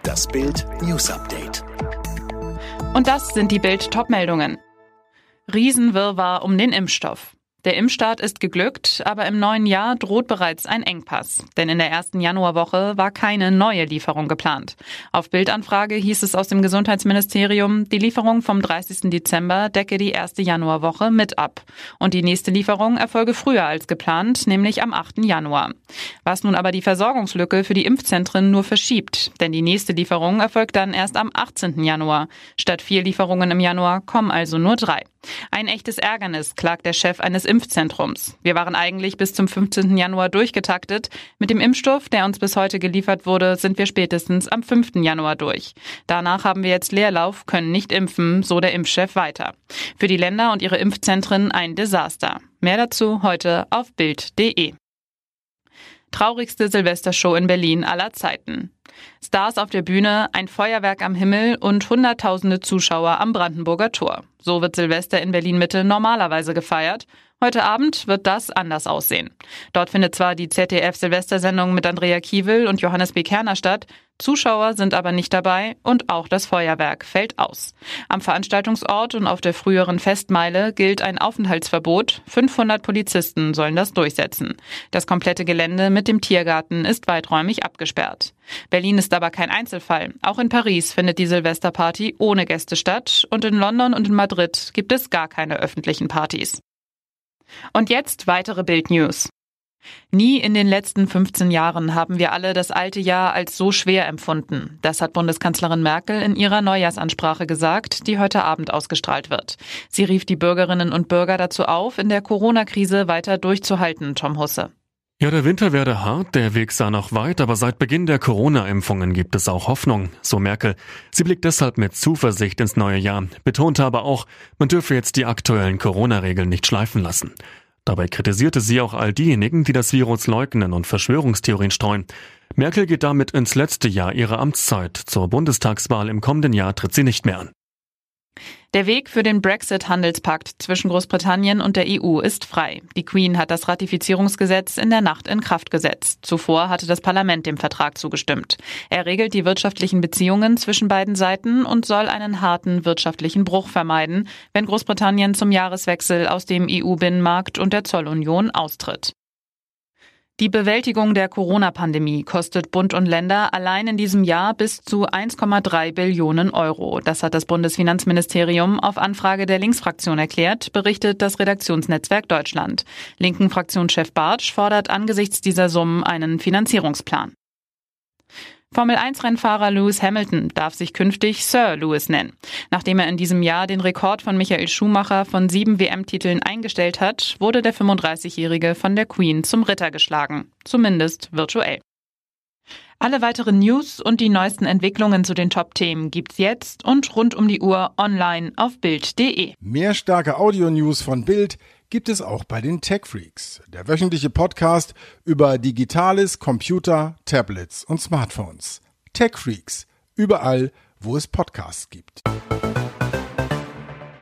Das Bild News Update. Und das sind die Bild-Top-Meldungen. Riesenwirrwarr um den Impfstoff. Der Impfstart ist geglückt, aber im neuen Jahr droht bereits ein Engpass. Denn in der ersten Januarwoche war keine neue Lieferung geplant. Auf Bildanfrage hieß es aus dem Gesundheitsministerium, die Lieferung vom 30. Dezember decke die erste Januarwoche mit ab. Und die nächste Lieferung erfolge früher als geplant, nämlich am 8. Januar. Was nun aber die Versorgungslücke für die Impfzentren nur verschiebt. Denn die nächste Lieferung erfolgt dann erst am 18. Januar. Statt 4 Lieferungen im Januar kommen also nur 3. Ein echtes Ärgernis, klagt der Chef eines Impfzentrums. Wir waren eigentlich bis zum 15. Januar durchgetaktet. Mit dem Impfstoff, der uns bis heute geliefert wurde, sind wir spätestens am 5. Januar durch. Danach haben wir jetzt Leerlauf, können nicht impfen, so der Impfchef weiter. Für die Länder und ihre Impfzentren ein Desaster. Mehr dazu heute auf Bild.de. Traurigste Silvestershow in Berlin aller Zeiten. Stars auf der Bühne, ein Feuerwerk am Himmel und Hunderttausende Zuschauer am Brandenburger Tor. So wird Silvester in Berlin-Mitte normalerweise gefeiert. Heute Abend wird das anders aussehen. Dort findet zwar die ZDF-Silvestersendung mit Andrea Kiewel und Johannes B. Kerner statt, Zuschauer sind aber nicht dabei und auch das Feuerwerk fällt aus. Am Veranstaltungsort und auf der früheren Festmeile gilt ein Aufenthaltsverbot. 500 Polizisten sollen das durchsetzen. Das komplette Gelände mit dem Tiergarten ist weiträumig abgesperrt. Berlin ist aber kein Einzelfall. Auch in Paris findet die Silvesterparty ohne Gäste statt und in London und in Madrid gibt es gar keine öffentlichen Partys. Und jetzt weitere Bild-News. Nie in den letzten 15 Jahren haben wir alle das alte Jahr als so schwer empfunden. Das hat Bundeskanzlerin Merkel in ihrer Neujahrsansprache gesagt, die heute Abend ausgestrahlt wird. Sie rief die Bürgerinnen und Bürger dazu auf, in der Corona-Krise weiter durchzuhalten, Tom Husse. Ja, der Winter werde hart, der Weg sei noch weit, aber seit Beginn der Corona-Impfungen gibt es auch Hoffnung, so Merkel. Sie blickt deshalb mit Zuversicht ins neue Jahr, betonte aber auch, man dürfe jetzt die aktuellen Corona-Regeln nicht schleifen lassen. Dabei kritisierte sie auch all diejenigen, die das Virus leugnen und Verschwörungstheorien streuen. Merkel geht damit ins letzte Jahr ihrer Amtszeit. Zur Bundestagswahl im kommenden Jahr tritt sie nicht mehr an. Der Weg für den Brexit-Handelspakt zwischen Großbritannien und der EU ist frei. Die Queen hat das Ratifizierungsgesetz in der Nacht in Kraft gesetzt. Zuvor hatte das Parlament dem Vertrag zugestimmt. Er regelt die wirtschaftlichen Beziehungen zwischen beiden Seiten und soll einen harten wirtschaftlichen Bruch vermeiden, wenn Großbritannien zum Jahreswechsel aus dem EU-Binnenmarkt und der Zollunion austritt. Die Bewältigung der Corona-Pandemie kostet Bund und Länder allein in diesem Jahr bis zu 1,3 Billionen Euro. Das hat das Bundesfinanzministerium auf Anfrage der Linksfraktion erklärt, berichtet das Redaktionsnetzwerk Deutschland. Linken Fraktionschef Bartsch fordert angesichts dieser Summen einen Finanzierungsplan. Formel-1-Rennfahrer Lewis Hamilton darf sich künftig Sir Lewis nennen. Nachdem er in diesem Jahr den Rekord von Michael Schumacher von 7 WM-Titeln eingestellt hat, wurde der 35-Jährige von der Queen zum Ritter geschlagen. Zumindest virtuell. Alle weiteren News und die neuesten Entwicklungen zu den Top-Themen gibt's jetzt und rund um die Uhr online auf Bild.de. Mehr starke Audio-News von Bild gibt es auch bei den Tech Freaks, der wöchentliche Podcast über Digitales, Computer, Tablets und Smartphones. Tech Freaks, überall, wo es Podcasts gibt.